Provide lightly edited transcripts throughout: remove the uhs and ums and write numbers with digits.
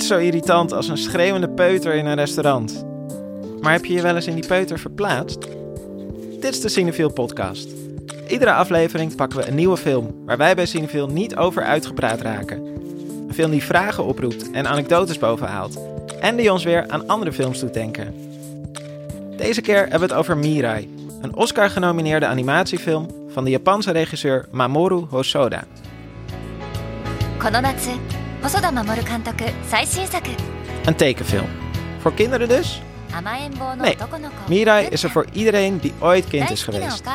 niets zo irritant als een schreeuwende peuter in een restaurant. Maar heb je je wel eens in die peuter verplaatst? Dit is de Cinefiel podcast. Iedere aflevering pakken we een nieuwe film waar wij bij Cinefiel niet over uitgepraat raken. Een film die vragen oproept en anekdotes bovenhaalt. En die ons weer aan andere films doet denken. Deze keer hebben we het over Mirai, een Oscar-genomineerde animatiefilm van de Japanse regisseur Mamoru Hosoda. Een tekenfilm. Voor kinderen dus? Nee, Mirai is er voor iedereen die ooit kind is geweest.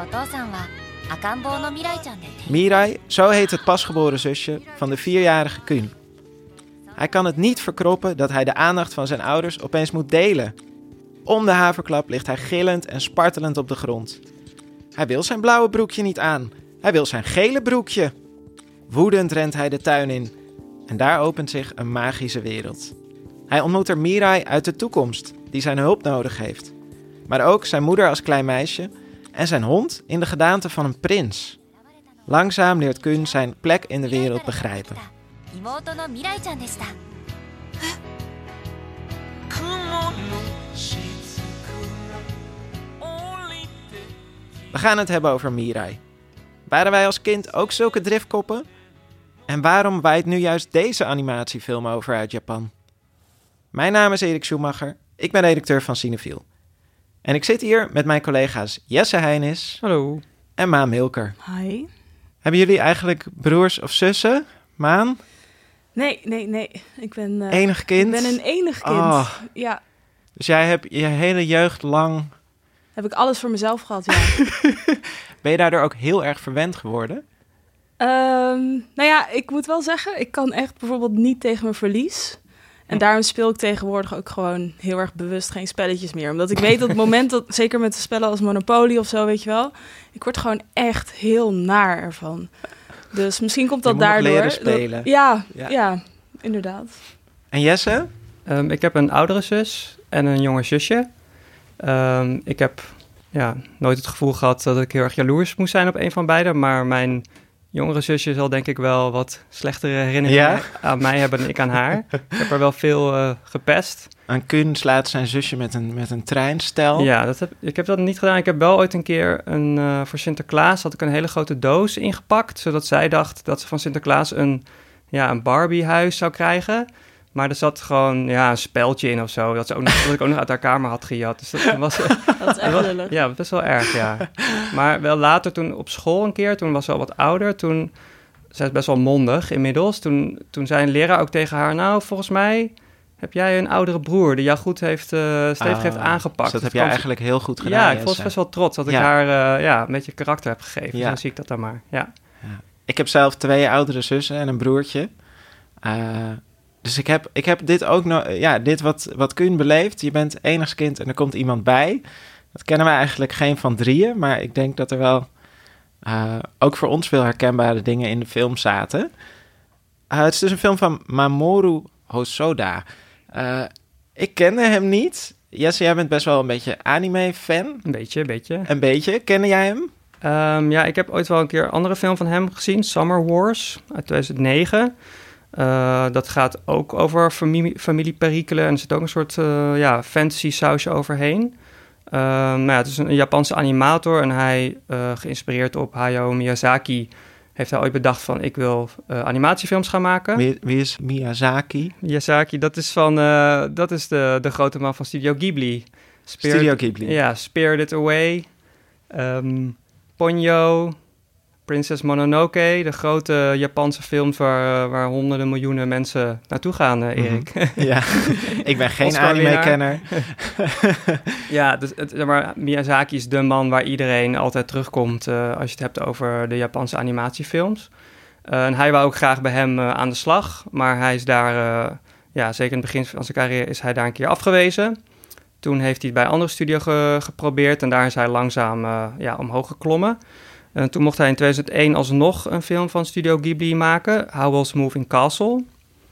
Mirai, zo heet het pasgeboren zusje van de 4-jarige Kun. Hij kan het niet verkroppen dat hij de aandacht van zijn ouders opeens moet delen. Om de haverklap ligt hij gillend en spartelend op de grond. Hij wil zijn blauwe broekje niet aan. Hij wil zijn gele broekje. Woedend rent hij de tuin in. En daar opent zich een magische wereld. Hij ontmoet er Mirai uit de toekomst, die zijn hulp nodig heeft. Maar ook zijn moeder als klein meisje en zijn hond in de gedaante van een prins. Langzaam leert Kun zijn plek in de wereld begrijpen. We gaan het hebben over Mirai. Waren wij als kind ook zulke driftkoppen? En waarom waait nu juist deze animatiefilm over uit Japan? Mijn naam is Erik Schumacher, ik ben redacteur van Cinefiel. En ik zit hier met mijn collega's Jesse Heinis. Hallo. En Maan Milker. Hi. Hebben jullie eigenlijk broers of zussen, Maan? Nee. Ik ben... enig kind? Ik ben een enig kind, ja. Dus jij hebt je hele jeugd lang... Heb ik alles voor mezelf gehad, ja. Ben je daardoor ook heel erg verwend geworden? Nou ja, ik moet wel zeggen, ik kan echt bijvoorbeeld niet tegen mijn verlies. En daarom speel ik tegenwoordig ook gewoon heel erg bewust geen spelletjes meer. Omdat ik weet dat het moment, dat, zeker met de spellen als Monopoly of zo, weet je wel. Ik word gewoon echt heel naar ervan. Dus misschien komt dat daardoor. Leren spelen. Ja, inderdaad. En Jesse? Ik heb een oudere zus en een jonger zusje. Ik heb nooit het gevoel gehad dat ik heel erg jaloers moest zijn op een van beiden. Maar mijn jongere zusje zal denk ik wel wat slechtere herinneringen aan mij hebben dan ik aan haar. Ik heb haar wel veel gepest. En Kun slaat zijn zusje met een treinstel. Ja, ik heb dat niet gedaan. Ik heb wel ooit een keer voor Sinterklaas had ik een hele grote doos ingepakt. Zodat zij dacht dat ze van Sinterklaas een Barbie-huis zou krijgen. Maar er zat gewoon een speldje in of zo. Dat ik ook nog uit haar kamer had gejat. Dus dat was... Dat is echt lullig. Ja, best wel erg, ja. Maar wel later, toen op school een keer, toen was ze al wat ouder. Toen, zij is best wel mondig inmiddels. Toen zei een leraar ook tegen haar... Nou, volgens mij heb jij een oudere broer die jou goed stevig heeft aangepakt. Dus dat heb jij eigenlijk heel goed gedaan. Ja, ik was best wel trots dat ik haar een beetje karakter heb gegeven. Ja. Zo zie ik dat dan maar, ja. Ik heb zelf 2 oudere zussen en een broertje. Dus ik heb dit ook nog... Ja, dit wat Kun beleeft. Je bent enigskind en er komt iemand bij. Dat kennen we eigenlijk geen van 3, maar ik denk dat er wel ook voor ons veel herkenbare dingen in de film zaten. Het is dus een film van Mamoru Hosoda. Ik kende hem niet. Jesse, jij bent best wel een beetje anime-fan. Een beetje. Een beetje. Kende jij hem? Ik heb ooit wel een keer een andere film van hem gezien. Summer Wars uit 2009. Dat gaat ook over familieperikelen en er zit ook een soort fantasy sausje overheen. Het is een Japanse animator en hij, geïnspireerd op Hayao Miyazaki, heeft hij ooit bedacht van ik wil animatiefilms gaan maken. Wie is Miyazaki? Miyazaki, dat is de grote man van Studio Ghibli. Studio Ghibli. Ja, Spirited Away, Ponyo, Princess Mononoke, de grote Japanse films waar honderden miljoenen mensen naartoe gaan, Erik. Mm-hmm. Ja, ik ben geen anime-kenner. Ja, maar Miyazaki is de man waar iedereen altijd terugkomt als je het hebt over de Japanse animatiefilms. En hij wou ook graag bij hem aan de slag, maar hij is daar, zeker in het begin van zijn carrière, is hij daar een keer afgewezen. Toen heeft hij het bij een andere studio geprobeerd en daar is hij langzaam omhoog geklommen. En toen mocht hij in 2001 alsnog een film van Studio Ghibli maken, Howl's Moving Castle.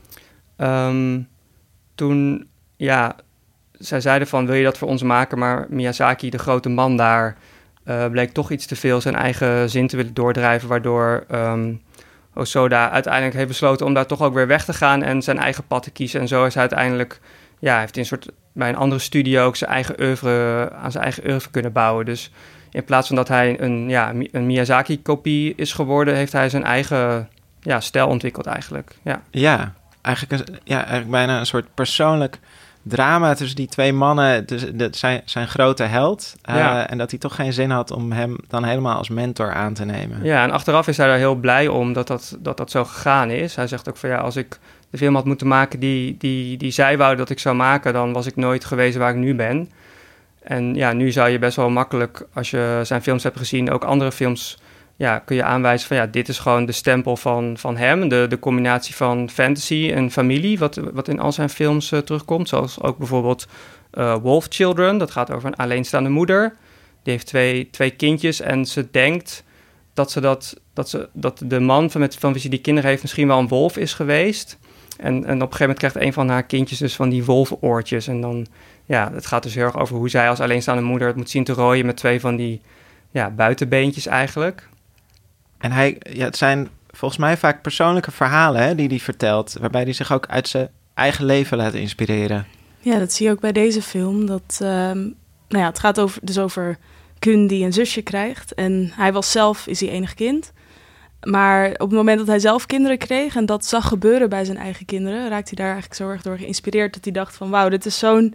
Toen, zij zeiden van, wil je dat voor ons maken? Maar Miyazaki, de grote man daar, bleek toch iets te veel zijn eigen zin te willen doordrijven, waardoor Hosoda uiteindelijk heeft besloten om daar toch ook weer weg te gaan en zijn eigen pad te kiezen. En zo is hij uiteindelijk, heeft hij bij een andere studio ook aan zijn eigen oeuvre kunnen bouwen. Dus in plaats van dat hij een Miyazaki-kopie is geworden, heeft hij zijn eigen stijl ontwikkeld eigenlijk. Ja, eigenlijk bijna een soort persoonlijk drama tussen die twee mannen, zijn grote held. En dat hij toch geen zin had om hem dan helemaal als mentor aan te nemen. Ja, en achteraf is hij daar heel blij om dat zo gegaan is. Hij zegt ook van als ik de film had moeten maken die zij wou dat ik zou maken, dan was ik nooit geweest waar ik nu ben. En nu zou je best wel makkelijk, als je zijn films hebt gezien, ook andere films, kun je aanwijzen van dit is gewoon de stempel van hem. De combinatie van fantasy en familie, wat in al zijn films terugkomt. Zoals ook bijvoorbeeld Wolf Children, dat gaat over een alleenstaande moeder. Die heeft twee kindjes en ze denkt dat de man van wie ze die kinderen heeft misschien wel een wolf is geweest. En op een gegeven moment krijgt een van haar kindjes dus van die wolvenoortjes. En dan, het gaat dus heel erg over hoe zij als alleenstaande moeder het moet zien te rooien met twee van die buitenbeentjes eigenlijk. En het zijn volgens mij vaak persoonlijke verhalen, hè, die hij vertelt, waarbij hij zich ook uit zijn eigen leven laat inspireren. Ja, dat zie je ook bij deze film. Dat, het gaat over Kun die een zusje krijgt. En hij is hij enig kind. Maar op het moment dat hij zelf kinderen kreeg en dat zag gebeuren bij zijn eigen kinderen, raakte hij daar eigenlijk zo erg door geïnspireerd dat hij dacht van wauw, dit is zo'n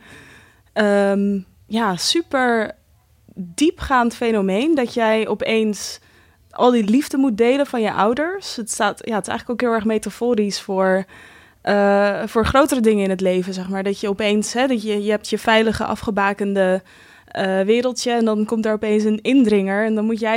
super diepgaand fenomeen dat jij opeens al die liefde moet delen van je ouders. Het is eigenlijk ook heel erg metaforisch voor grotere dingen in het leven, zeg maar. Dat je opeens, dat je hebt je veilige, afgebakende wereldje en dan komt er opeens een indringer en dan moet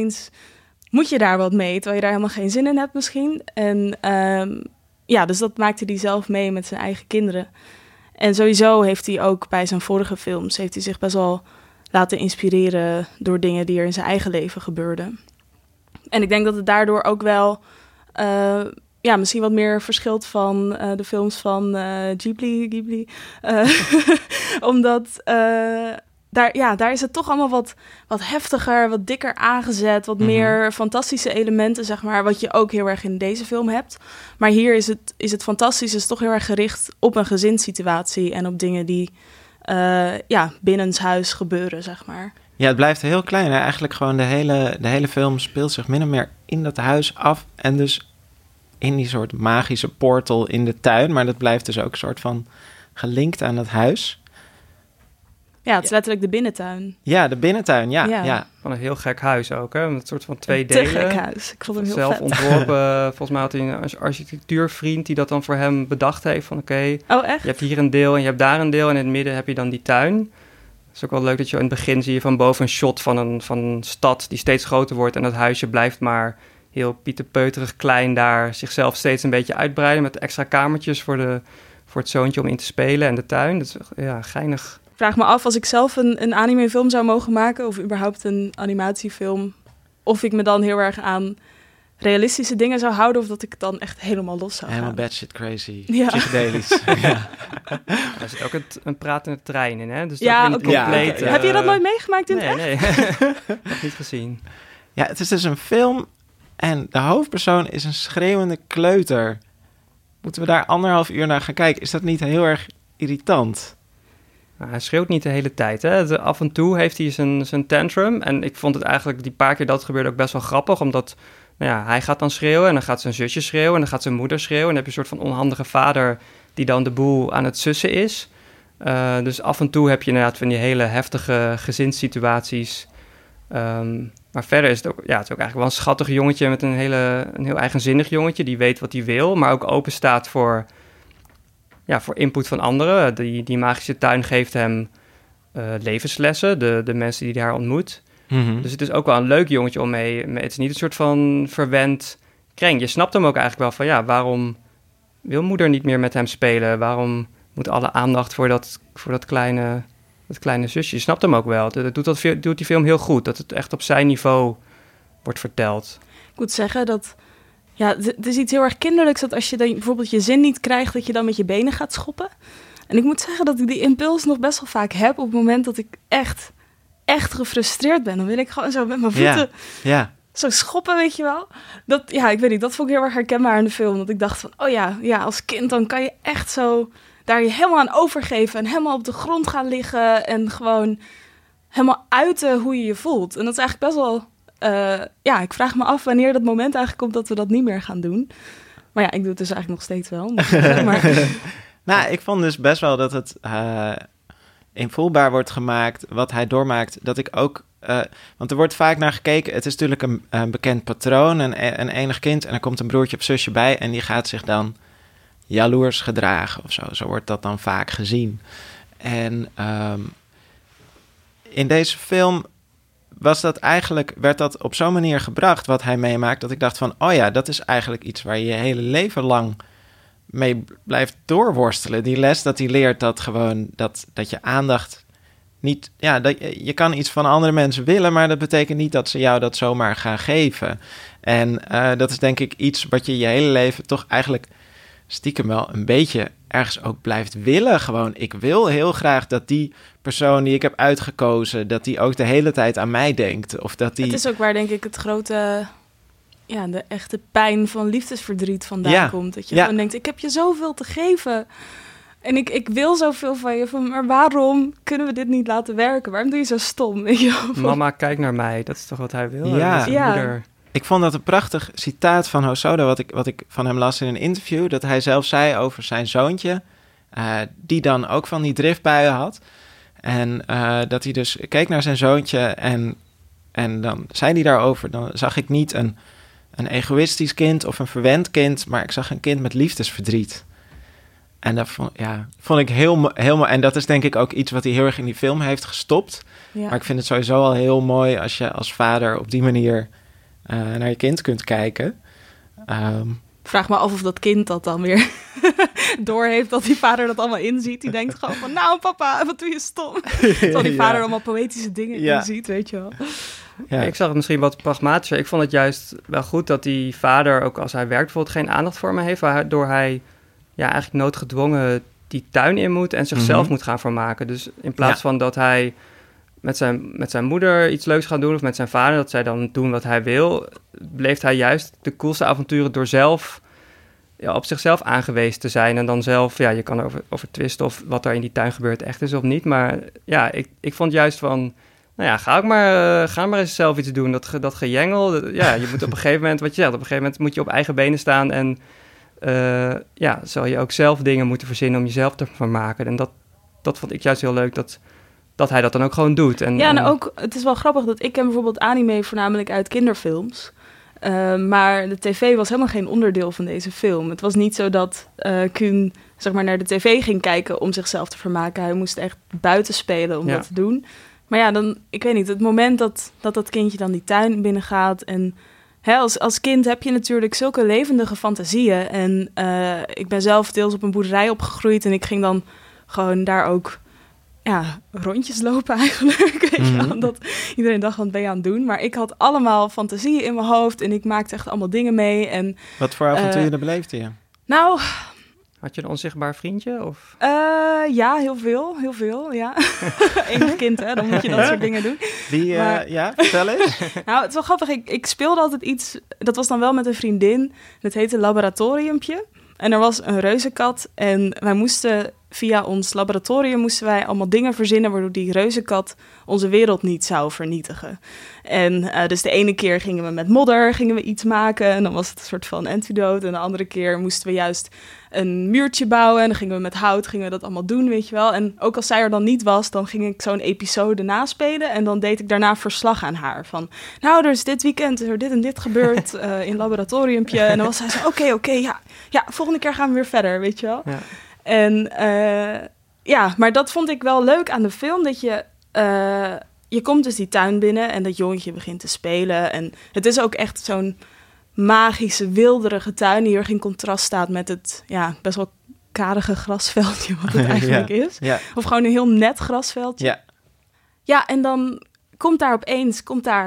je daar wat mee, terwijl je daar helemaal geen zin in hebt misschien. En dus dat maakte hij zelf mee met zijn eigen kinderen. En sowieso heeft hij ook bij zijn vorige films, heeft hij zich best wel laten inspireren door dingen die er in zijn eigen leven gebeurden. En ik denk dat het daardoor ook wel misschien wat meer verschilt van de films van Ghibli. Omdat daar is het toch allemaal wat heftiger, wat dikker aangezet, wat meer fantastische elementen, zeg maar, wat je ook heel erg in deze film hebt. Maar hier is het fantastisch, is toch heel erg gericht op een gezinssituatie en op dingen die binnenshuis gebeuren, zeg maar. Ja, het blijft heel klein. Hè? Eigenlijk gewoon de hele film speelt zich min of meer in dat huis af en dus in die soort magische portal in de tuin. Maar dat blijft dus ook een soort van gelinkt aan het huis. Ja, het is letterlijk de binnentuin. Ja, de binnentuin, ja. Van een heel gek huis ook, hè? Een soort van 2 delen. Te gek huis. Ik vond hem heel zelf vet. ontworpen. Volgens mij had hij een architectuurvriend die dat dan voor hem bedacht heeft. Van oké, oh, echt? Je hebt hier een deel en je hebt daar een deel. En in het midden heb je dan die tuin. Het is ook wel leuk dat je in het begin zie je van boven een shot van een stad die steeds groter wordt. En dat huisje blijft maar heel pieterpeuterig klein daar. Zichzelf steeds een beetje uitbreiden met extra kamertjes voor het zoontje om in te spelen. En de tuin, dat is geinig. Ik vraag me af, als ik zelf een animefilm zou mogen maken, of überhaupt een animatiefilm, of ik me dan heel erg aan realistische dingen zou houden, of dat ik dan echt helemaal los zou gaan. Helemaal batshit crazy, ja. Psychedelisch. Ja. Er zit ook een pratende trein in, hè? Dus ja, dat compleet. Heb je dat nooit meegemaakt in het echt? Nee, nog niet gezien. Ja, het is dus een film en de hoofdpersoon is een schreeuwende kleuter. Moeten we daar 1,5 uur naar gaan kijken? Is dat niet heel erg irritant? Nou, hij schreeuwt niet de hele tijd. Hè? Af en toe heeft hij zijn tantrum. En ik vond het eigenlijk die paar keer dat gebeurde ook best wel grappig. Omdat hij gaat dan schreeuwen en dan gaat zijn zusje schreeuwen en dan gaat zijn moeder schreeuwen. En dan heb je een soort van onhandige vader die dan de boel aan het sussen is. Dus af en toe heb je inderdaad van die hele heftige gezinssituaties. Maar verder is het ook, het is ook eigenlijk wel een schattig jongetje met een heel eigenzinnig jongetje. Die weet wat hij wil, maar ook open staat voor input van anderen. Die magische tuin geeft hem levenslessen, de mensen die hij daar ontmoet. Mm-hmm. Dus het is ook wel een leuk jongetje om mee. Het is niet een soort van verwend kreng. Je snapt hem ook eigenlijk wel van, waarom wil moeder niet meer met hem spelen? Waarom moet alle aandacht voor dat kleine zusje? Je snapt hem ook wel. Dat doet die film heel goed. Dat het echt op zijn niveau wordt verteld. Ik moet zeggen dat het is iets heel erg kinderlijks dat als je dan bijvoorbeeld je zin niet krijgt, dat je dan met je benen gaat schoppen. En ik moet zeggen dat ik die impuls nog best wel vaak heb op het moment dat ik echt gefrustreerd ben. Dan wil ik gewoon zo met mijn voeten zo schoppen, weet je wel. Ik weet niet, dat vond ik heel erg herkenbaar in de film. Dat ik dacht van, als kind dan kan je echt zo daar je helemaal aan overgeven en helemaal op de grond gaan liggen en gewoon helemaal uiten hoe je je voelt. En dat is eigenlijk best wel, ik vraag me af wanneer dat moment eigenlijk komt dat we dat niet meer gaan doen. Maar ja, ik doe het dus eigenlijk nog steeds wel. Nou, ik vond dus best wel dat het invoelbaar wordt gemaakt, wat hij doormaakt, dat ik ook... want er wordt vaak naar gekeken, het is natuurlijk een bekend patroon, een enig kind, en er komt een broertje of zusje bij en die gaat zich dan jaloers gedragen of zo. Zo wordt dat dan vaak gezien. En in deze film werd dat op zo'n manier gebracht, wat hij meemaakt, dat ik dacht van, dat is eigenlijk iets waar je je hele leven lang mee blijft doorworstelen. Die les dat hij leert dat gewoon, dat je aandacht niet... Ja, je kan iets van andere mensen willen, maar dat betekent niet dat ze jou dat zomaar gaan geven. En dat is denk ik iets wat je je hele leven toch eigenlijk stiekem wel een beetje ergens ook blijft willen. Gewoon, ik wil heel graag dat die persoon die ik heb uitgekozen, dat die ook de hele tijd aan mij denkt. Of dat die... Het is ook waar, denk ik, het grote... Ja, de echte pijn van liefdesverdriet vandaan komt. Dat je gewoon denkt, ik heb je zoveel te geven. En ik wil zoveel van je. Maar waarom kunnen we dit niet laten werken? Waarom doe je zo stom? Weet je? Mama, kijk naar mij. Dat is toch wat hij wil? Ja. Moeder. Ik vond dat een prachtig citaat van Hosoda, wat ik van hem las in een interview. Dat hij zelf zei over zijn zoontje, die dan ook van die driftbuien had. En dat hij dus keek naar zijn zoontje en dan zei hij daarover. Dan zag ik niet een egoïstisch kind of een verwend kind, maar ik zag een kind met liefdesverdriet. En dat vond ik heel mooi. En dat is denk ik ook iets wat hij heel erg in die film heeft gestopt. Ja. Maar ik vind het sowieso al heel mooi als je als vader op die manier naar je kind kunt kijken. Vraag me af of dat kind dat dan weer doorheeft, dat die vader dat allemaal inziet. Die denkt gewoon van, nou papa, wat doe je stom? Terwijl die vader allemaal poëtische dingen inziet, weet je wel. Ja. Ik zag het misschien wat pragmatischer. Ik vond het juist wel goed dat die vader, ook als hij werkt, bijvoorbeeld geen aandacht voor me heeft, waardoor hij eigenlijk noodgedwongen die tuin in moet en zichzelf moet gaan vermaken. Dus in plaats van dat hij met zijn moeder iets leuks gaat doen of met zijn vader, dat zij dan doen wat hij wil, bleef hij juist de coolste avonturen door zelf op zichzelf aangewezen te zijn. En dan zelf, je kan over twisten of wat er in die tuin gebeurt echt is of niet. Maar ik vond juist van, ga maar eens zelf iets doen. Dat gejengel, je moet op een gegeven moment, wat je zegt, op een gegeven moment moet je op eigen benen staan en zal je ook zelf dingen moeten verzinnen om jezelf te vermaken. En dat vond ik juist heel leuk, dat hij dat dan ook gewoon doet. En ook, het is wel grappig dat ik ken bijvoorbeeld anime voornamelijk uit kinderfilms. Maar de tv was helemaal geen onderdeel van deze film. Het was niet zo dat Kun zeg maar naar de tv ging kijken om zichzelf te vermaken. Hij moest echt buiten spelen om dat te doen. Maar dan, ik weet niet, het moment dat kindje dan die tuin binnengaat en als kind heb je natuurlijk zulke levendige fantasieën. En ik ben zelf deels op een boerderij opgegroeid en ik ging dan gewoon daar ook rondjes lopen eigenlijk. Weet je wel? Dat iedereen dacht, wat ben je aan het doen? Maar ik had allemaal fantasieën in mijn hoofd en ik maakte echt allemaal dingen mee. En, wat voor avonturen beleefde je? Nou... Had je een onzichtbaar vriendje? Of? Ja, heel veel, ja. Enig kind, hè, dan moet je dat soort dingen doen. Vertel eens. Nou, het is wel grappig, ik speelde altijd iets, dat was dan wel met een vriendin, dat heette Laboratoriumpje. En er was een reuzenkat en wij moesten via ons laboratorium allemaal dingen verzinnen waardoor die reuzenkat onze wereld niet zou vernietigen. En dus de ene keer gingen we met modder iets maken en dan was het een soort van antidote. En de andere keer moesten we juist een muurtje bouwen en dan gingen we met hout dat allemaal doen, weet je wel. En ook als zij er dan niet was, dan ging ik zo'n episode naspelen en dan deed ik daarna verslag aan haar van, nou, er is dit weekend er dit en dit gebeurd in laboratoriumpje. En dan was zij zo, oké, ja, volgende keer gaan we weer verder, weet je wel. Ja. En maar dat vond ik wel leuk aan de film, dat je komt dus die tuin binnen en dat jongetje begint te spelen. En het is ook echt zo'n magische, wilderige tuin die heel erg in contrast staat met het best wel karige grasveldje wat het eigenlijk is. Ja. Of gewoon een heel net grasveldje. Ja. Ja, en dan komt daar opeens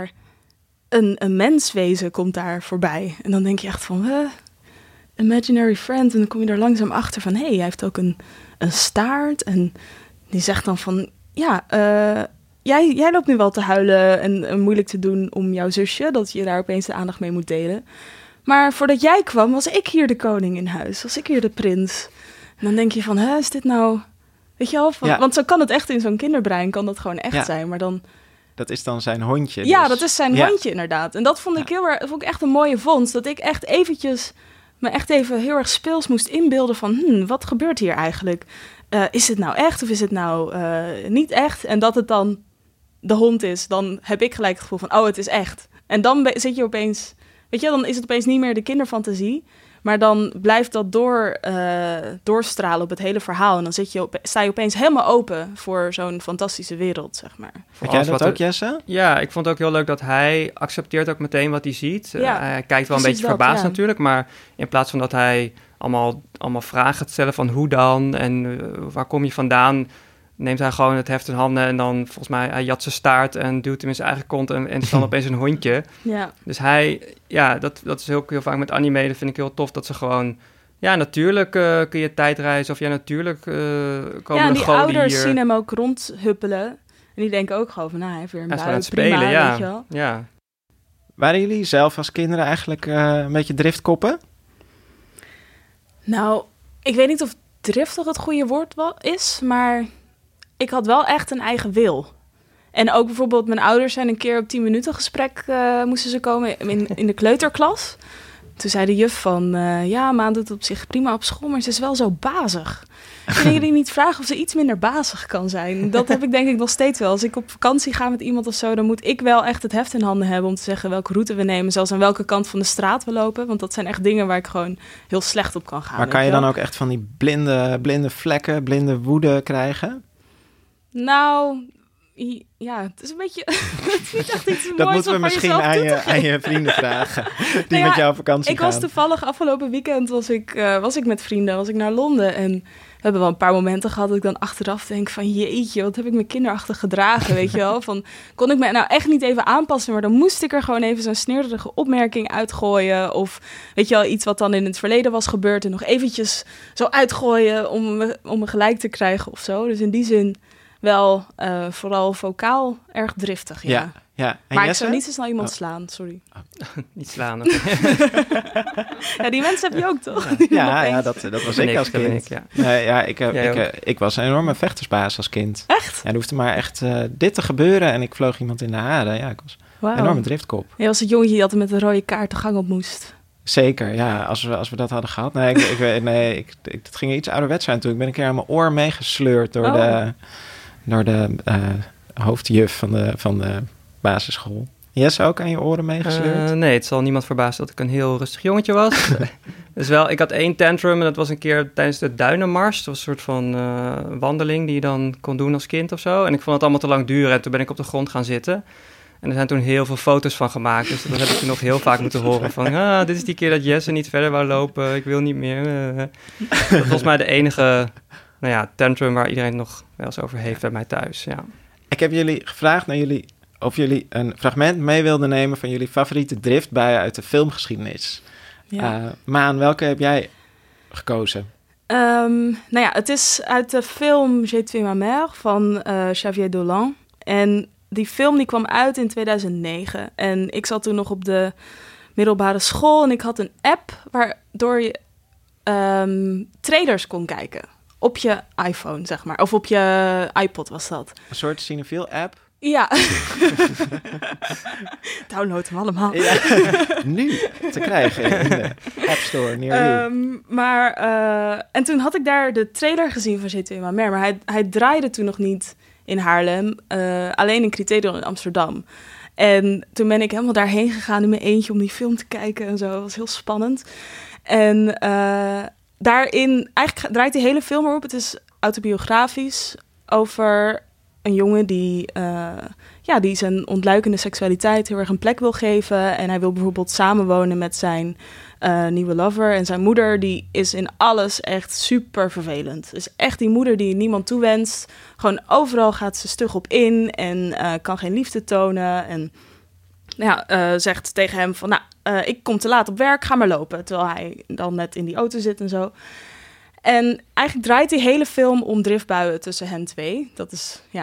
een menswezen komt daar voorbij. En dan denk je echt van, imaginary friend. En dan kom je er langzaam achter van, hij heeft ook een staart. En die zegt dan van, jij loopt nu wel te huilen en moeilijk te doen om jouw zusje, dat je daar opeens de aandacht mee moet delen. Maar voordat jij kwam, was ik hier de koning in huis. Was ik hier de prins. En dan denk je van, is dit nou... Weet je wel? Want zo kan het echt in zo'n kinderbrein, kan dat gewoon echt zijn. Maar dan... Dat is dan zijn hondje. Ja, dus. dat is zijn hondje inderdaad. En dat vond ik vond ik echt een mooie vondst. Dat ik echt eventjes me echt even heel erg speels moest inbeelden van... wat gebeurt hier eigenlijk? Is het nou echt of is het nou niet echt? En dat het dan de hond is, dan heb ik gelijk het gevoel van... het is echt. En dan zit je opeens... Weet je, dan is het opeens niet meer de kinderfantasie... Maar dan blijft dat doorstralen op het hele verhaal. En dan sta je opeens helemaal open voor zo'n fantastische wereld, zeg maar. Heb jij dat ook, Jesse? Ja, ik vond het ook heel leuk dat hij accepteert ook meteen wat hij ziet. Hij kijkt wel een beetje verbaasd natuurlijk. Maar in plaats van dat hij allemaal vragen gaat stellen van hoe dan en waar kom je vandaan... neemt hij gewoon het heft in handen en dan volgens mij hij jat zijn staart en duwt hem in zijn eigen kont en is dan opeens een hondje. Ja. Dus dat is heel vaak met anime, dat vind ik heel tof, dat ze gewoon, natuurlijk kun je tijdreizen of natuurlijk komen en de die goden ouders hier. zien hem ook rondhuppelen en die denken ook gewoon van, hij heeft weer een bui, aan het prima, spelen, weet je wel. Ja. Waren jullie zelf als kinderen eigenlijk een beetje driftkoppen? Nou, ik weet niet of driftig het goede woord is, maar... Ik had wel echt een eigen wil. En ook bijvoorbeeld mijn ouders zijn een keer op 10 minuten gesprek moesten ze komen in de kleuterklas. Toen zei de juf van, Maan doet op zich prima op school, maar ze is wel zo bazig. Kunnen jullie niet vragen of ze iets minder bazig kan zijn? Dat heb ik denk ik nog steeds wel. Als ik op vakantie ga met iemand of zo, dan moet ik wel echt het heft in handen hebben om te zeggen welke route we nemen, zelfs aan welke kant van de straat we lopen. Want dat zijn echt dingen waar ik gewoon heel slecht op kan gaan. Maar kan je dan ook echt van die blinde vlekken, blinde woede krijgen? Nou, ja, het is een beetje... het is niet echt iets moois. Dat moeten we misschien aan je vrienden vragen, die met jou op vakantie gaan. Ik was toevallig afgelopen weekend, was ik met vrienden, was ik naar Londen. En we hebben wel een paar momenten gehad dat ik dan achteraf denk van... Jeetje, wat heb ik me kinderachtig gedragen, weet je wel? Van, kon ik me nou echt niet even aanpassen, maar dan moest ik er gewoon even zo'n sneerderige opmerking uitgooien. Of weet je wel, iets wat dan in het verleden was gebeurd en nog eventjes zo uitgooien om me gelijk te krijgen of zo. Dus in die zin... Wel vooral vocaal erg driftig, ja. En maar Jesse? ik zou niet zo snel iemand slaan, sorry. Niet slaan. Ja, die mensen heb je ook, toch? Ja, dat was ik als kind. Ik was een enorme vechtersbaas als kind. Echt? Ja, er hoefde maar echt dit te gebeuren en ik vloog iemand in de haren. Ja, ik was een enorme driftkop. Je was het jongetje die altijd met een rode kaart de gang op moest. Zeker, ja, als we dat hadden gehad. Het ging iets ouderwets zijn toen. Ik ben een keer aan mijn oor meegesleurd door de hoofdjuf van de basisschool. Jesse ook aan je oren meegesleurd? Nee, het zal niemand verbazen dat ik een heel rustig jongetje was. Dus wel, ik had 1 tantrum en dat was een keer tijdens de Duinenmars. Dat was een soort van wandeling die je dan kon doen als kind of zo. En ik vond het allemaal te lang duren en toen ben ik op de grond gaan zitten. En er zijn toen heel veel foto's van gemaakt. Dus dat heb ik nog heel vaak moeten horen. Van, dit is die keer dat Jesse niet verder wou lopen. Ik wil niet meer. Dat was volgens mij de enige tantrum waar iedereen nog wel eens over heeft bij mij thuis. Ja. Ik heb jullie gevraagd of jullie een fragment mee wilden nemen van jullie favoriete driftbuien uit de filmgeschiedenis. Ja. Maan, welke heb jij gekozen? Het is uit de film J'ai tué ma mère van Xavier Dolan. En die film die kwam uit in 2009. En ik zat toen nog op de middelbare school. En ik had een app waardoor je trailers kon kijken. Op je iPhone, zeg maar. Of op je iPod was dat. Een soort cinefiel-app? Ja. Download hem allemaal. Ja, nu te krijgen in de App Store near you. En toen had ik daar de trailer gezien van J'ai tué ma mère. Maar hij draaide toen nog niet in Haarlem. Alleen in Criterion in Amsterdam. En toen ben ik helemaal daarheen gegaan in mijn eentje om die film te kijken en zo. Dat was heel spannend. En daarin, eigenlijk draait die hele film erop. Het is autobiografisch over een jongen die zijn ontluikende seksualiteit heel erg een plek wil geven. En hij wil bijvoorbeeld samenwonen met zijn nieuwe lover. En zijn moeder, die is in alles echt super vervelend. Dus echt die moeder die niemand toewenst. Gewoon overal gaat ze stug op in en kan geen liefde tonen. En zegt tegen hem van, ik kom te laat op werk, ga maar lopen. Terwijl hij dan net in die auto zit en zo. En eigenlijk draait die hele film om driftbuien tussen hen twee. Dat is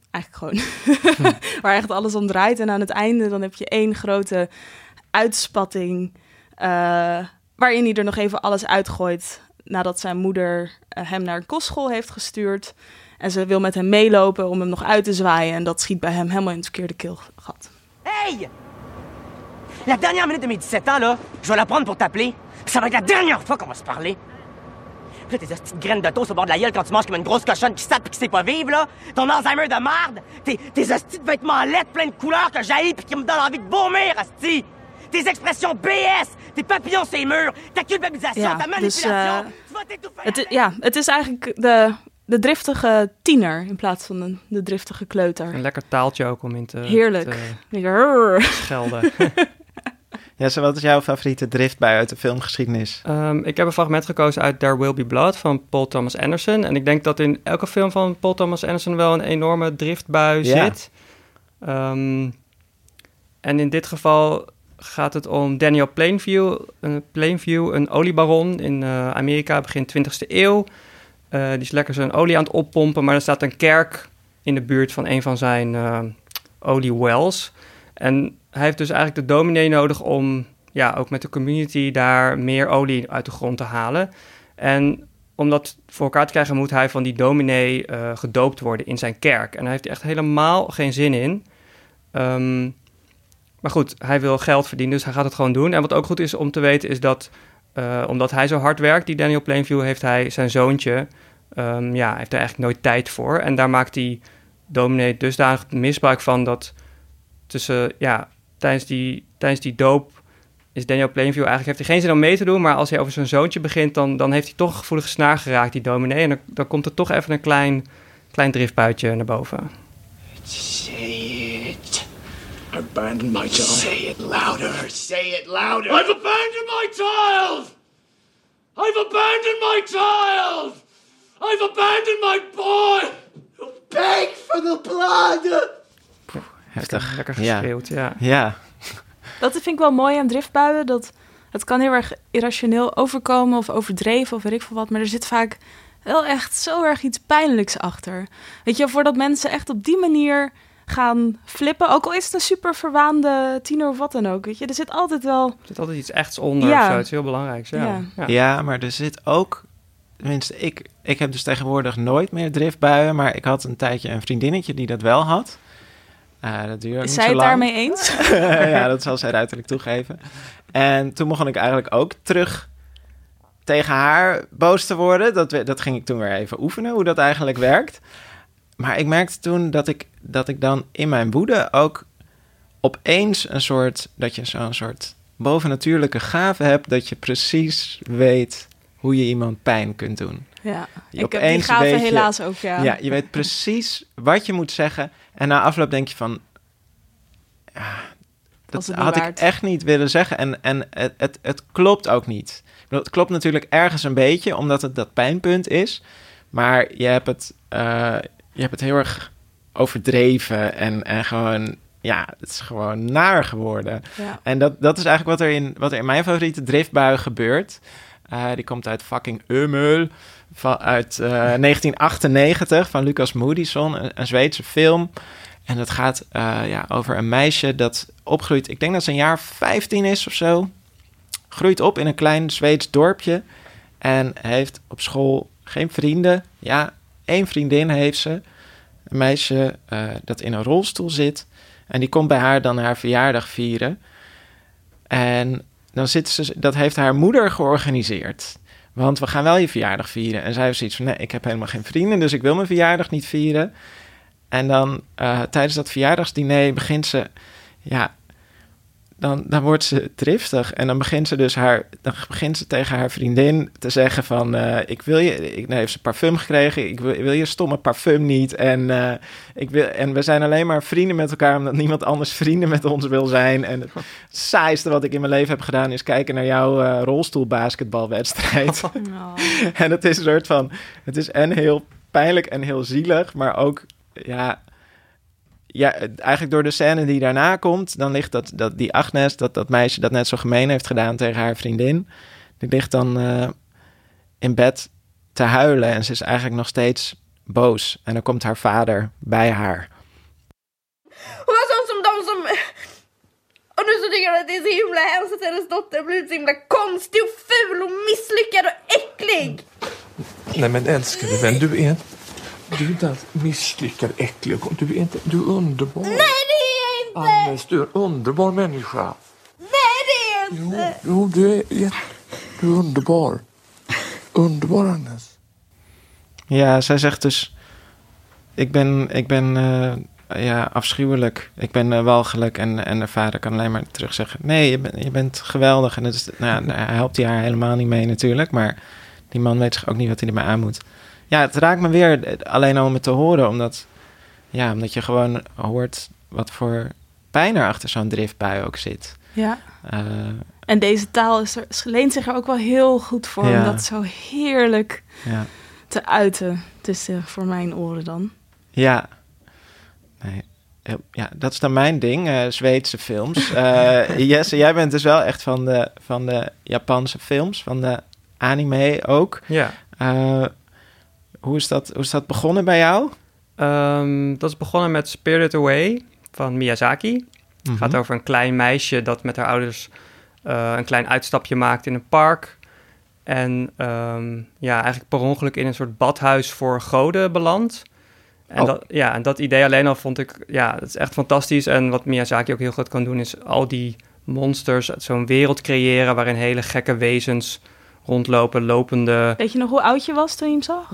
eigenlijk gewoon waar echt alles om draait. En aan het einde dan heb je 1 grote uitspatting waarin hij er nog even alles uitgooit nadat zijn moeder hem naar een kostschool heeft gestuurd. En ze wil met hem meelopen om hem nog uit te zwaaien. En dat schiet bij hem helemaal in het verkeerde keelgat. Hey! La dernière minute de mes 17 ans, là, je vais la prendre pour t'appeler. Ça va être la dernière fois qu'on va se parler. Là, tes petites graines de toast au bord de la gueule quand tu manges comme une grosse cochonne qui sape et qui sait pas vivre, là. Ton Alzheimer de merde. Tes hosties de vêtements laids pleins de couleurs que j'haïs pis qui me donnent envie de vomir, hostie. Tes expressions BS, tes papillons sur les murs, ta culpabilisation, ta manipulation. Tu vas t'étouffer. Het is eigenlijk de driftige tiener in plaats van de driftige kleuter. Een lekker taaltje ook om in te... Heerlijk. Schelden. Ja, wat is jouw favoriete driftbui uit de filmgeschiedenis? Ik heb een fragment gekozen uit There Will Be Blood van Paul Thomas Anderson. En ik denk dat in elke film van Paul Thomas Anderson wel een enorme driftbui zit. En in dit geval gaat het om Daniel Plainview, een oliebaron in Amerika begin 20e eeuw. Die is lekker zijn olie aan het oppompen, maar er staat een kerk in de buurt van een van zijn oliewells. En hij heeft dus eigenlijk de dominee nodig om ook met de community daar meer olie uit de grond te halen. En om dat voor elkaar te krijgen moet hij van die dominee gedoopt worden in zijn kerk. En daar heeft hij echt helemaal geen zin in. Maar goed, hij wil geld verdienen, dus hij gaat het gewoon doen. En wat ook goed is om te weten is dat, omdat hij zo hard werkt, die Daniel Plainview, heeft hij zijn zoontje, heeft er eigenlijk nooit tijd voor. En daar maakt die dominee dusdanig misbruik van dat tijdens die doop is Daniel Plainview eigenlijk, heeft hij geen zin om mee te doen, maar als hij over zijn zoontje begint, dan heeft hij toch een gevoelige snaar geraakt, die dominee. En dan komt er toch even een klein driftbuitje naar boven. Say it. Abandon my child. Say it louder. Say it louder. I've abandoned my child. I've abandoned my child. I've abandoned my boy. Beg for the blood. Heftig. Lekker geschreeuwd, Ja. Dat vind ik wel mooi aan driftbuien. Dat het kan heel erg irrationeel overkomen of overdreven of weet ik veel wat. Maar er zit vaak wel echt zo erg iets pijnlijks achter. Weet je, voordat mensen echt op die manier gaan flippen. Ook al is het een super verwaande tiener of wat dan ook. Weet je, er zit altijd altijd iets echts onder of zo. Het is heel belangrijk. Ja, maar er zit ook... Tenminste, ik heb dus tegenwoordig nooit meer driftbuien. Maar ik had een tijdje een vriendinnetje die dat wel had. Dat duurde is niet zij zo het lang. daarmee eens? Ja, dat zal zij uiterlijk toegeven. En toen begon ik eigenlijk ook terug tegen haar boos te worden. Dat ging ik toen weer even oefenen, hoe dat eigenlijk werkt. Maar ik merkte toen dat ik dan in mijn woede ook opeens dat je zo'n soort bovennatuurlijke gave hebt, dat je precies weet hoe je iemand pijn kunt doen. Ja, ik heb die gave helaas ook, Ja, je weet precies wat je moet zeggen. En na afloop denk je van... dat had ik echt niet willen zeggen. En het klopt ook niet. Het klopt natuurlijk ergens een beetje, omdat het dat pijnpunt is. Maar je hebt het heel erg overdreven en gewoon... Ja, het is gewoon naar geworden. Ja. En dat is eigenlijk wat er in mijn favoriete driftbui gebeurt. Die komt uit fucking Ummel, uit 1998 van Lucas Moodysson, een Zweedse film. En dat gaat over een meisje dat opgroeit. Ik denk dat ze een jaar 15 is of zo. Groeit op in een klein Zweeds dorpje. En heeft op school geen vrienden. Ja, 1 vriendin heeft ze. Een meisje dat in een rolstoel zit. En die komt bij haar dan haar verjaardag vieren. En dan dat heeft haar moeder georganiseerd. Want we gaan wel je verjaardag vieren. En zij heeft zoiets van, nee, ik heb helemaal geen vrienden, dus ik wil mijn verjaardag niet vieren. En dan tijdens dat verjaardagsdiner begint ze, dan wordt ze driftig. En dan begint ze tegen haar vriendin te zeggen van, heeft ze parfum gekregen, ik wil je stomme parfum niet. En we zijn alleen maar vrienden met elkaar, omdat niemand anders vrienden met ons wil zijn. En het saaiste wat ik in mijn leven heb gedaan is kijken naar jouw rolstoelbasketbalwedstrijd. Oh. En het is een soort van, het is en heel pijnlijk en heel zielig, maar ook, eigenlijk door de scène die daarna komt, dan ligt die Agnes, dat meisje dat net zo gemeen heeft gedaan tegen haar vriendin, die ligt dan in bed te huilen en ze is eigenlijk nog steeds boos. En dan komt haar vader bij haar. de som... Och nu så tycker jag att det är så himla hemskt att hennes dotter blir så himla konstig och ful och misslyckad och äcklig. Nej men älskade vän, du är inte alls misslyckad, äcklig. Du är underbar. Nej, det är jag inte. Agnes, du är en underbar människa. Nej, det är jag inte. Jo, du är underbar. Underbar, Agnes. Ja, zij zegt dus... Ik ben afschuwelijk. Ik ben walgelijk. En de vader kan alleen maar terug zeggen... Nee, je bent geweldig. En hij helpt haar helemaal niet mee natuurlijk. Maar die man weet zich ook niet wat hij ermee aan moet. Ja, het raakt me weer alleen al om het te horen. Omdat je gewoon hoort wat voor pijn er achter zo'n driftbui ook zit. Ja. En deze taal leent zich er ook wel heel goed voor... om dat zo heerlijk te uiten. Tussen voor mijn oren dan. Ja. Nee. Ja, dat is dan mijn ding, Zweedse films. Jesse, jij bent dus wel echt van de Japanse films, van de anime ook. Ja. Hoe is dat begonnen bij jou? Dat is begonnen met Spirited Away van Miyazaki. Het gaat over een klein meisje dat met haar ouders een klein uitstapje maakt in een park. En eigenlijk per ongeluk in een soort badhuis voor goden belandt. En dat idee alleen al vond ik... Ja, dat is echt fantastisch. En wat Miyazaki ook heel goed kan doen... is al die monsters, zo'n wereld creëren... waarin hele gekke wezens rondlopen, lopende... Weet je nog hoe oud je was toen je hem zag?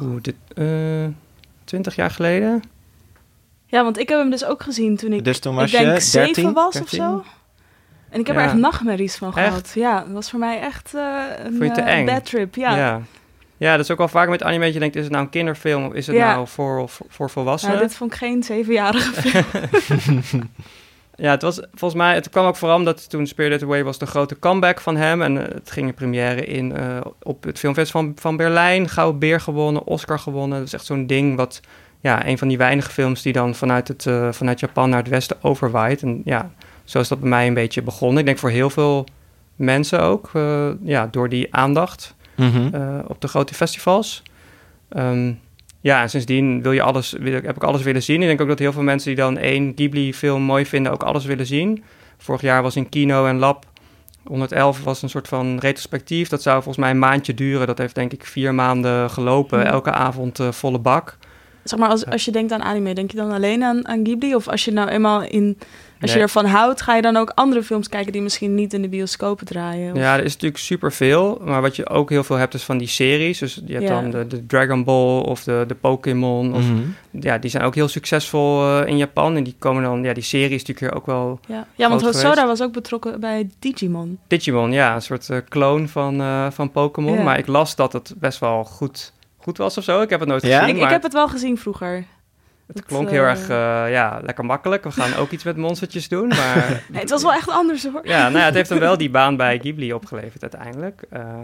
20 jaar geleden. Ja, want ik heb hem dus ook gezien toen ik... Dus toen was ik denk je 7 was 13? of zo. En ik heb er echt nachtmerries van gehad. Ja, dat was voor mij echt een bad trip. Ja, dat is ook wel vaak met anime dat je denkt... is het nou een kinderfilm of is het nou voor volwassenen? Dit vond ik geen 7-jarige film. Ja, het was volgens mij... Het kwam ook vooral omdat toen Spirited Away was de grote comeback van hem. En het ging in première op het filmfestival van Berlijn. Gouden Beer gewonnen, Oscar gewonnen. Dat is echt zo'n ding wat... Ja, een van die weinige films die dan vanuit Japan naar het westen overwaait. En ja, zo is dat bij mij een beetje begonnen. Ik denk voor heel veel mensen ook. Door die aandacht op de grote festivals. En sindsdien heb ik alles willen zien. Ik denk ook dat heel veel mensen die dan één Ghibli-film mooi vinden... ook alles willen zien. Vorig jaar was in Kino en Lab 111 was een soort van retrospectief. Dat zou volgens mij een maandje duren. Dat heeft denk ik 4 maanden gelopen. Elke avond volle bak. Zeg maar, als je denkt aan anime, denk je dan alleen aan Ghibli? Of als je nou eenmaal als je ervan houdt, ga je dan ook andere films kijken die misschien niet in de bioscopen draaien? Of? Ja, er is natuurlijk superveel. Maar wat je ook heel veel hebt is van die series. Dus je hebt dan de Dragon Ball of de Pokémon. Of, die zijn ook heel succesvol in Japan. En die komen dan, die serie is natuurlijk hier ook wel. Ja, want Hosoda was ook betrokken bij Digimon. Digimon, ja, een soort kloon van Pokémon. Ja. Maar ik las dat het best wel goed was of zo. Ik heb het nooit gezien. Ik heb het wel gezien vroeger. Het klonk heel erg lekker makkelijk. We gaan ook iets met monstertjes doen. Maar nee, het was wel echt anders hoor. Ja, het heeft hem wel die baan bij Ghibli opgeleverd uiteindelijk.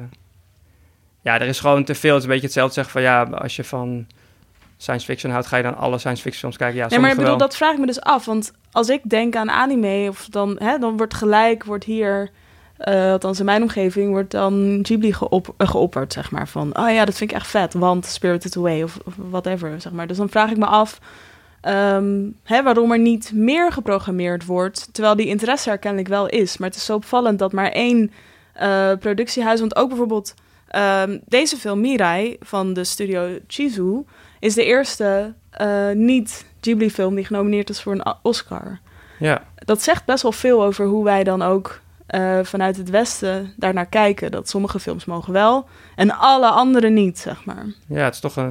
Er is gewoon te veel. Het is een beetje hetzelfde zeggen van als je van science fiction houdt, ga je dan alle science fiction films kijken. Ja, nee, maar ik bedoel, dat vraag ik me dus af. Want als ik denk aan anime, of dan wordt hier... althans in mijn omgeving wordt dan Ghibli geopperd, zeg maar. Van, dat vind ik echt vet, want Spirited Away of whatever, zeg maar. Dus dan vraag ik me af waarom er niet meer geprogrammeerd wordt, terwijl die interesse er kennelijk wel is. Maar het is zo opvallend dat maar 1 productiehuis, want ook bijvoorbeeld deze film Mirai van de studio Chizu is de eerste niet-Ghibli-film die genomineerd is voor een Oscar. Ja. Dat zegt best wel veel over hoe wij dan ook vanuit het Westen daarnaar kijken. Dat sommige films mogen wel en alle andere niet, zeg maar. Ja, het is toch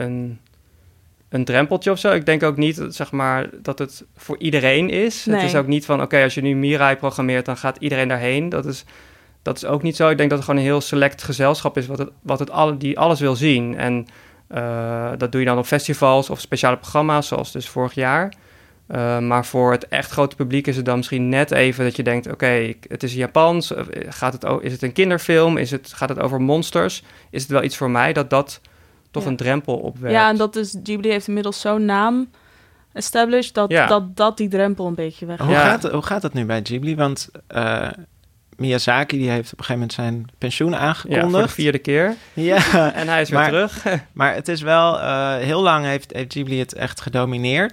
een drempeltje of zo. Ik denk ook niet, zeg maar, dat het voor iedereen is. Nee. Het is ook niet van, als je nu Mirai programmeert, dan gaat iedereen daarheen. Dat is ook niet zo. Ik denk dat het gewoon een heel select gezelschap is die alles wil zien. En dat doe je dan op festivals of speciale programma's, zoals dus vorig jaar. Maar voor het echt grote publiek is het dan misschien net even dat je denkt... het is Japans, is het een kinderfilm, gaat het over monsters? Is het wel iets voor mij dat toch een drempel opwerpt? Ja, en dat dus Ghibli heeft inmiddels zo'n naam established... dat die drempel een beetje weg. Hoe gaat het nu bij Ghibli? Want Miyazaki die heeft op een gegeven moment zijn pensioen aangekondigd. Ja, voor de 4e keer. Ja. En hij is weer terug. Maar het is wel... heel lang heeft Ghibli het echt gedomineerd...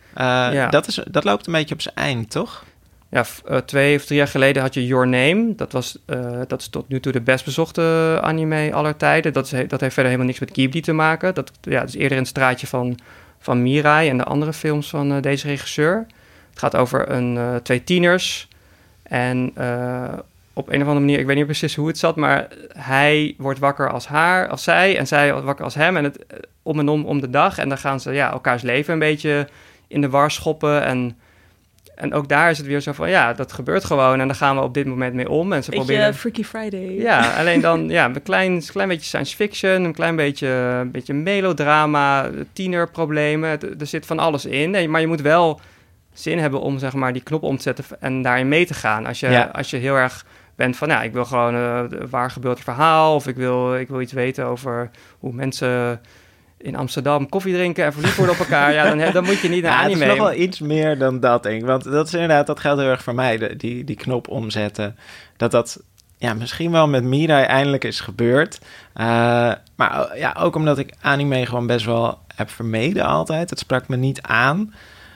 Dat loopt een beetje op zijn eind, toch? Ja, 2 of 3 jaar geleden had je Your Name. Dat is tot nu toe de best bezochte anime aller tijden. Dat heeft verder helemaal niks met Ghibli te maken. Dat is eerder in het straatje van Mirai en de andere films van deze regisseur. Het gaat over 2 tieners. En op een of andere manier, ik weet niet precies hoe het zat, maar hij wordt wakker als zij en zij wordt wakker als hem. En het om en om de dag. En dan gaan ze elkaars leven een beetje in de war schoppen. En ook daar is het weer zo van, dat gebeurt gewoon. En daar gaan we op dit moment mee om. En ze proberen Freaky Friday. Ja, alleen dan een klein beetje science fiction, een klein beetje melodrama, tienerproblemen. Er zit van alles in. Maar je moet wel zin hebben om zeg maar die knop om te zetten en daarin mee te gaan. Als je heel erg bent van, ik wil gewoon een waar gebeurd verhaal, of ik wil iets weten over hoe mensen in Amsterdam koffie drinken en verliefd worden op elkaar, dan moet je niet naar anime. Het is nog wel iets meer dan dat, denk ik. Want dat is inderdaad, dat geldt heel erg voor mij, die knop omzetten. Dat misschien wel met Mirai eindelijk is gebeurd. Maar ook omdat ik anime gewoon best wel heb vermeden altijd. Het sprak me niet aan.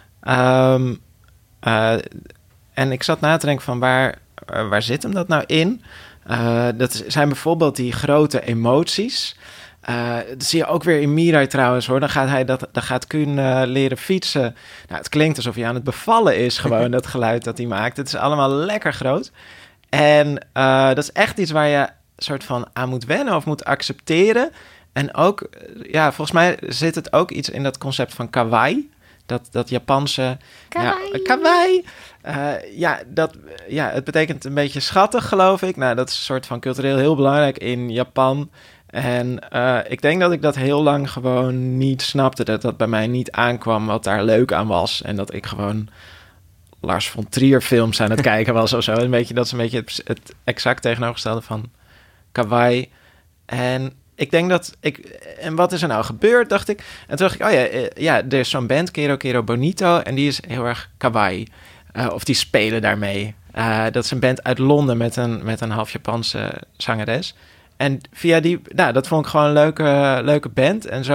En ik zat na te denken van waar zit hem dat nou in? Dat zijn bijvoorbeeld die grote emoties. Dat zie je ook weer in Mirai trouwens, hoor. Dan gaat Kun leren fietsen. Nou, het klinkt alsof hij aan het bevallen is, gewoon dat geluid dat hij maakt. Het is allemaal lekker groot. En dat is echt iets waar je soort van aan moet wennen of moet accepteren. En ook, volgens mij zit het ook iets in dat concept van kawaii. Dat Japanse... Kawaii! Het betekent een beetje schattig, geloof ik. Nou, dat is een soort van cultureel heel belangrijk in Japan. En ik denk dat ik dat heel lang gewoon niet snapte. Dat bij mij niet aankwam wat daar leuk aan was. En dat ik gewoon Lars von Trier films aan het kijken was of zo. Dat is een beetje het exact tegenovergestelde van kawaii. En ik denk dat en wat is er nou gebeurd, dacht ik. En toen dacht ik, er is zo'n band, Kero Kero Bonito, en die is heel erg kawaii. Of die spelen daarmee. Dat is een band uit Londen met een half Japanse zangeres. En via die, dat vond ik gewoon een leuke band. En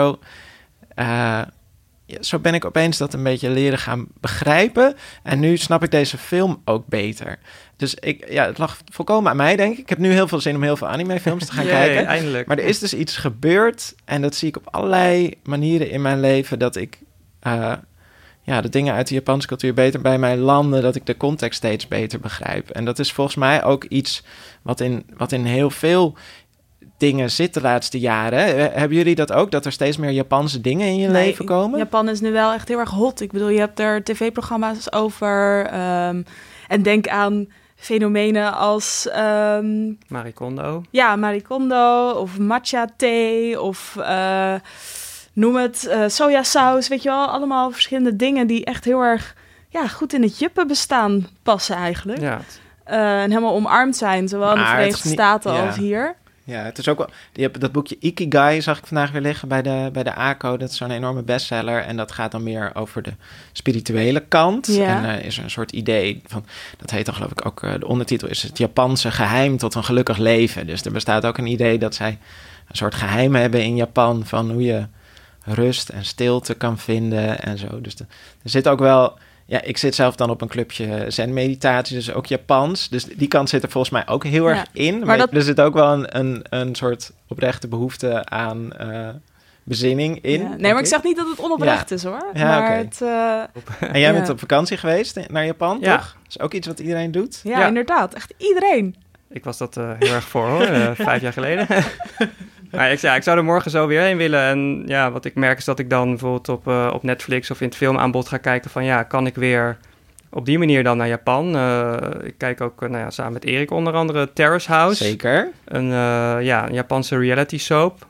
zo ben ik opeens dat een beetje leren gaan begrijpen. En nu snap ik deze film ook beter. Dus het lag volkomen aan mij, denk ik. Ik heb nu heel veel zin om heel veel animefilms te gaan kijken. Eindelijk. Maar er is dus iets gebeurd. En dat zie ik op allerlei manieren in mijn leven. Dat ik de dingen uit de Japanse cultuur beter bij mij landen. Dat ik de context steeds beter begrijp. En dat is volgens mij ook iets wat in heel veel dingen zit de laatste jaren. Hebben jullie dat ook? Dat er steeds meer Japanse dingen in je leven komen? Japan is nu wel echt heel erg hot. Ik bedoel, je hebt er tv-programma's over. En denk aan fenomenen als... Marie Kondo. Ja, Marie Kondo. Of matcha thee. Of noem het sojasaus. Weet je wel, allemaal verschillende dingen die echt heel erg goed in het juppen bestaan passen eigenlijk. Ja. En helemaal omarmd zijn. Zowel in de Verenigde Staten als hier. Ja, het is ook wel... Je hebt dat boekje Ikigai, zag ik vandaag weer liggen bij de ACO. Dat is zo'n enorme bestseller. En dat gaat dan meer over de spirituele kant. Ja. En is er een soort idee van... Dat heet dan geloof ik ook... de ondertitel is het Japanse geheim tot een gelukkig leven. Dus er bestaat ook een idee dat zij een soort geheim hebben in Japan... van hoe je rust en stilte kan vinden en zo. Dus er zit ook wel... Ja, ik zit zelf dan op een clubje zen-meditatie, dus ook Japans. Dus die kant zit er volgens mij ook heel erg in. Maar er zit ook wel een soort oprechte behoefte aan bezinning in. Ja. Nee, maar ik zeg niet dat het onoprecht is, hoor. Ja, maar en jij bent op vakantie geweest naar Japan, toch? Dat is ook iets wat iedereen doet. Ja, inderdaad. Echt iedereen. Ik was dat heel erg voor, hoor. 5 jaar geleden. Maar ik zou er morgen zo weer heen willen. En wat ik merk is dat ik dan bijvoorbeeld op Netflix of in het filmaanbod ga kijken van... kan ik weer op die manier dan naar Japan? Ik kijk ook samen met Erik onder andere Terrace House. Zeker. Een Japanse reality soap.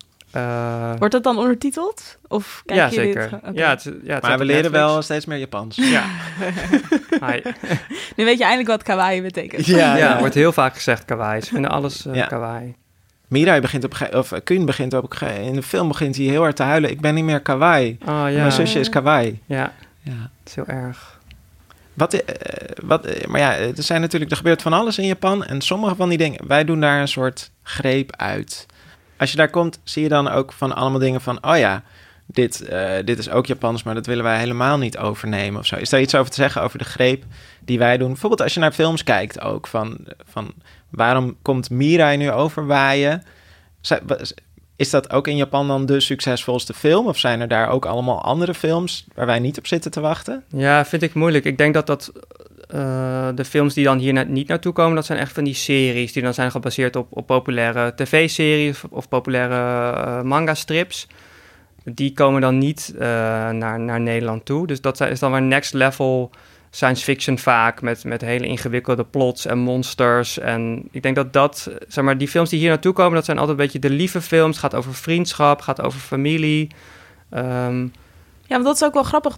Wordt dat dan ondertiteld? Of kijk jullie zeker. Het? Okay. Maar we leren wel steeds meer Japans. Ja. Hi. Nu weet je eindelijk wat kawaii betekent. Ja, wordt heel vaak gezegd kawaii. Ze vinden alles kawaii. Mirai begint Kun begint ook in de film begint hij heel hard te huilen. Ik ben niet meer kawaii. Oh, ja. Mijn zusje is kawaii. Ja, dat is heel erg. Maar er zijn natuurlijk, er gebeurt van alles in Japan. En sommige van die dingen, wij doen daar een soort greep uit. Als je daar komt, zie je dan ook van allemaal dingen van... dit is ook Japans, maar dat willen wij helemaal niet overnemen of zo. Is daar iets over te zeggen over de greep die wij doen? Bijvoorbeeld als je naar films kijkt ook, van waarom komt Mirai nu overwaaien? Is dat ook in Japan dan de succesvolste film? Of zijn er daar ook allemaal andere films waar wij niet op zitten te wachten? Ja, vind ik moeilijk. Ik denk dat de films die dan hier niet naartoe komen, dat zijn echt van die series die dan zijn gebaseerd op populaire tv-series of populaire manga-strips. Die komen dan niet naar Nederland toe. Dus dat is dan weer next level science fiction vaak, met hele ingewikkelde plots en monsters. En ik denk dat zeg maar, die films die hier naartoe komen, dat zijn altijd een beetje de lieve films. Het gaat over vriendschap, gaat over familie. Ja, maar dat is ook wel grappig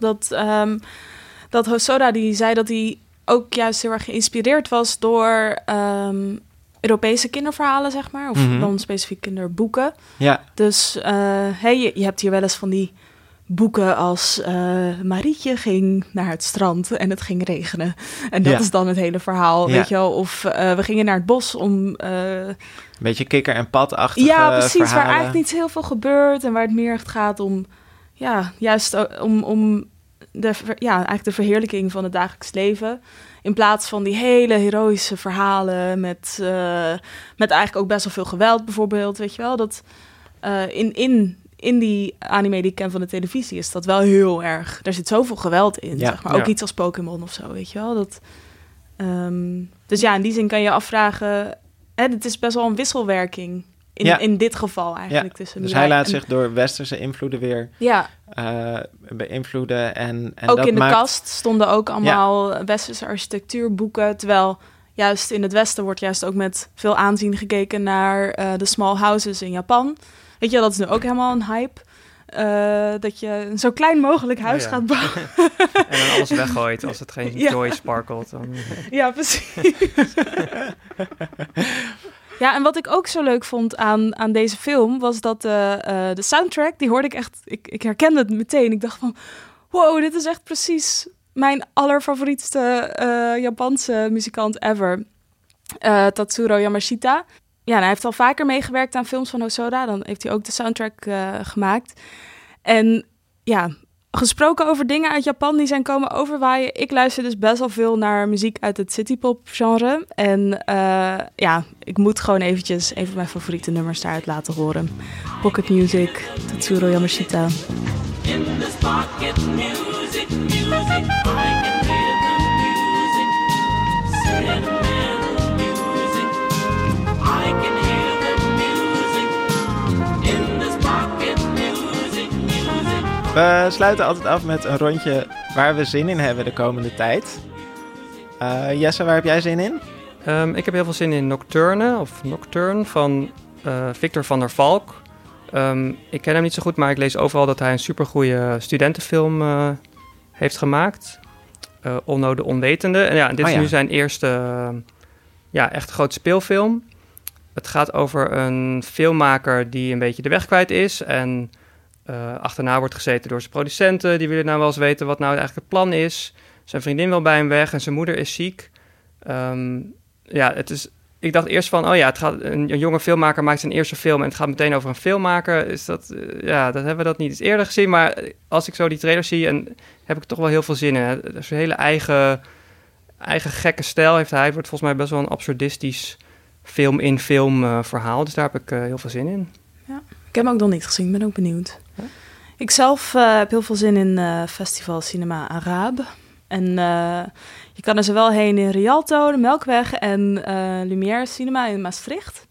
dat Hosoda die zei dat hij ook juist heel erg geïnspireerd was door Europese kinderverhalen, zeg maar. Of dan specifiek kinderboeken. Ja. Dus je hebt hier wel eens van die boeken als Marietje ging naar het strand en het ging regenen. En dat is dan het hele verhaal, weet je wel. Of we gingen naar het bos om... een beetje kikker- en padachtige precies, verhalen. waar eigenlijk niet heel veel gebeurt en waar het meer echt gaat om... Ja, juist om eigenlijk de verheerlijking van het dagelijks leven. In plaats van die hele heroïsche verhalen met eigenlijk ook best wel veel geweld bijvoorbeeld, weet je wel. Dat in die anime die ik ken van de televisie is dat wel heel erg... Er zit zoveel geweld in, zeg maar. Ook iets als Pokémon of zo, weet je wel. Dus ja, in die zin kan je afvragen... het is best wel een wisselwerking in dit geval eigenlijk. Tussen dus hij laat zich door westerse invloeden weer beïnvloeden. En ook dat in de maakt... kast stonden ook allemaal westerse architectuurboeken. Terwijl juist in het Westen wordt juist ook met veel aanzien gekeken naar de small houses in Japan. Weet je, dat is nu ook helemaal een hype. Dat je een zo klein mogelijk huis gaat bouwen. En dan alles weggooit als het geen joy sparkelt. Dan... Ja, precies. Ja, en wat ik ook zo leuk vond aan deze film... was dat de soundtrack, die hoorde ik echt... Ik herkende het meteen. Ik dacht van, wow, dit is echt precies mijn allerfavorietste Japanse muzikant ever. Tatsuro Yamashita. Ja, en hij heeft al vaker meegewerkt aan films van Hosoda. Dan heeft hij ook de soundtrack gemaakt. En ja, gesproken over dingen uit Japan die zijn komen overwaaien. Ik luister dus best wel veel naar muziek uit het citypop genre. En ik moet gewoon eventjes een van mijn favoriete nummers daaruit laten horen. Pocket Music, Tatsuro Yamashita. In this pocket music, I can hear the music. Sentimental music. I can hear the music. In this pocket music. We sluiten altijd af met een rondje waar we zin in hebben de komende tijd. Jesse, waar heb jij zin in? Ik heb heel veel zin in Nocturne van Victor van der Valk. Ik ken hem niet zo goed, maar ik lees overal dat hij een supergoeie studentenfilm heeft gemaakt. Onno de Onwetende. En dit is nu zijn eerste echt grote speelfilm. Het gaat over een filmmaker die een beetje de weg kwijt is. En achterna wordt gezeten door zijn producenten. Die willen nou wel eens weten wat nou eigenlijk het plan is. Zijn vriendin wil bij hem weg en zijn moeder is ziek. Ik dacht eerst van, het gaat, een jonge filmmaker maakt zijn eerste film en het gaat meteen over een filmmaker. Is dat, dat hebben we dat niet eens eerder gezien. Maar als ik zo die trailer zie, en heb ik toch wel heel veel zin in. Het is een hele eigen gekke stijl heeft hij. Het wordt volgens mij best wel een absurdistisch film-in-film verhaal. Dus daar heb ik heel veel zin in. Ja, ik heb hem ook nog niet gezien, ben ook benieuwd. Huh? Ik zelf heb heel veel zin in Festival Cinema Arabe. En je kan er zowel heen in Rialto, de Melkweg en Lumière Cinema in Maastricht.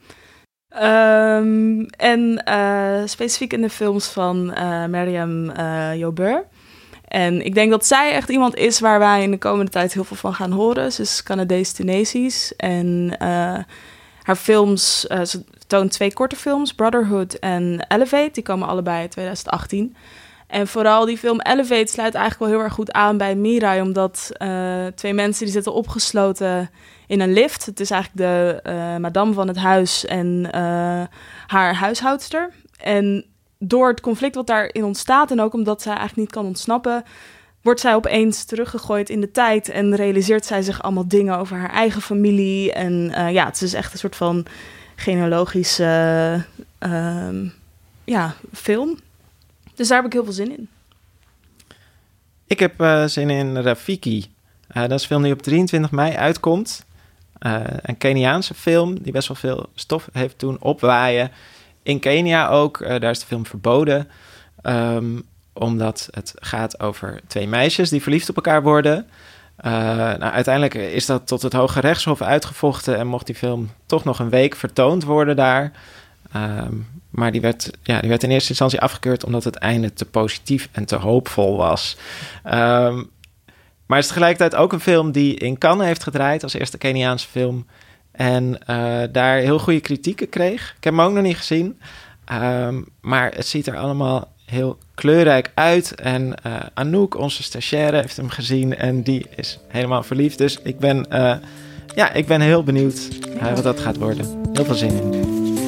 Specifiek in de films van Maryam Joubert. En ik denk dat zij echt iemand is waar wij in de komende tijd heel veel van gaan horen. Ze is Canadees-Tunesisch en haar films, ze toont 2 korte films, Brotherhood en Elevate. Die komen allebei in 2018. En vooral die film Elevate sluit eigenlijk wel heel erg goed aan bij Mirai, omdat 2 mensen die zitten opgesloten in een lift. Het is eigenlijk de madame van het huis en haar huishoudster. En door het conflict wat daarin ontstaat en ook omdat zij eigenlijk niet kan ontsnappen, wordt zij opeens teruggegooid in de tijd en realiseert zij zich allemaal dingen over haar eigen familie. En het is echt een soort van genealogische film. Dus daar heb ik heel veel zin in. Ik heb zin in Rafiki. Dat is een film die op 23 mei uitkomt. Een Keniaanse film die best wel veel stof heeft doen opwaaien. In Kenia ook, daar is de film verboden. Omdat het gaat over 2 meisjes die verliefd op elkaar worden. Uiteindelijk is dat tot het Hoge Rechtshof uitgevochten en mocht die film toch nog een week vertoond worden daar. Maar die werd in eerste instantie afgekeurd omdat het einde te positief en te hoopvol was. Maar het is tegelijkertijd ook een film die in Cannes heeft gedraaid als eerste Keniaanse film. En daar heel goede kritieken kreeg. Ik heb hem ook nog niet gezien. Maar het ziet er allemaal heel kleurrijk uit. En Anouk, onze stagiaire, heeft hem gezien. En die is helemaal verliefd. Dus ik ben heel benieuwd wat dat gaat worden. Heel veel zin in.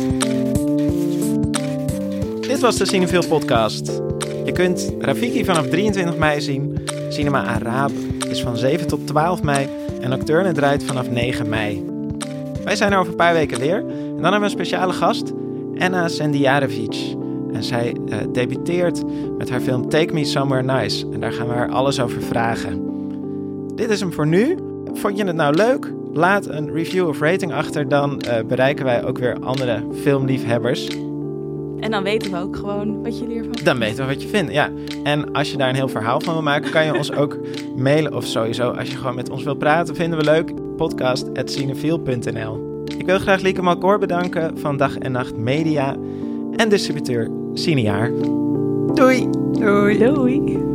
Dit was de Cinefiel podcast. Je kunt Rafiki vanaf 23 mei zien. Cinema Araab is van 7 tot 12 mei. En Nocturne draait vanaf 9 mei. Wij zijn er over een paar weken weer. En dan hebben we een speciale gast, Anna Sendiarevic. En zij debuteert met haar film Take Me Somewhere Nice. En daar gaan we haar alles over vragen. Dit is hem voor nu. Vond je het nou leuk? Laat een review of rating achter. Dan bereiken wij ook weer andere filmliefhebbers. En dan weten we ook gewoon wat jullie ervan vinden. Dan weten we wat je vindt, ja. En als je daar een heel verhaal van wil maken, kan je ons ook mailen of sowieso. Als je gewoon met ons wil praten, vinden we leuk. podcast@cinefiel.nl. Ik wil graag Lieke Malkoor bedanken van Dag en Nacht Media en distributeur Cinejaar. Doei! Doei! Doei!